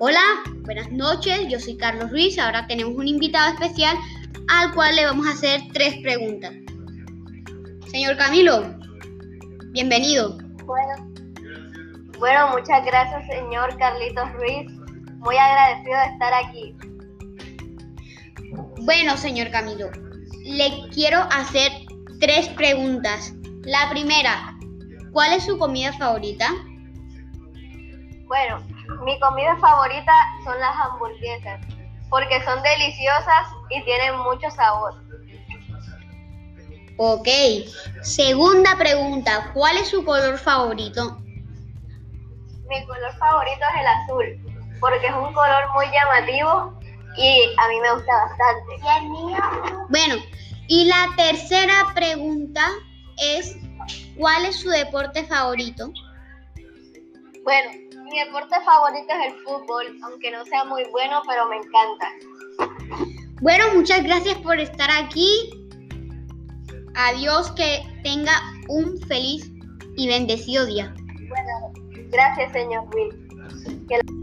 Hola, buenas noches, yo soy Carlos Ruiz. Ahora tenemos un invitado especial al cual le vamos a hacer 3 preguntas. Señor Camilo, bienvenido. Bueno, muchas gracias, señor Carlitos Ruiz. Muy agradecido de estar aquí. Bueno, señor Camilo, le quiero hacer 3 preguntas. La primera, ¿cuál es su comida favorita? Bueno, mi comida favorita son las hamburguesas, porque son deliciosas y tienen mucho sabor. Ok. Segunda pregunta, ¿cuál es su color favorito? Mi color favorito es el azul, porque es un color muy llamativo y a mí me gusta bastante. ¿Y el mío? Bueno, y la tercera pregunta es, ¿cuál es su deporte favorito? Bueno, mi deporte favorito es el fútbol, aunque no sea muy bueno, pero me encanta. Bueno, muchas gracias por estar aquí. Adiós, que tenga un feliz y bendecido día. Bueno, gracias, señor Ruiz.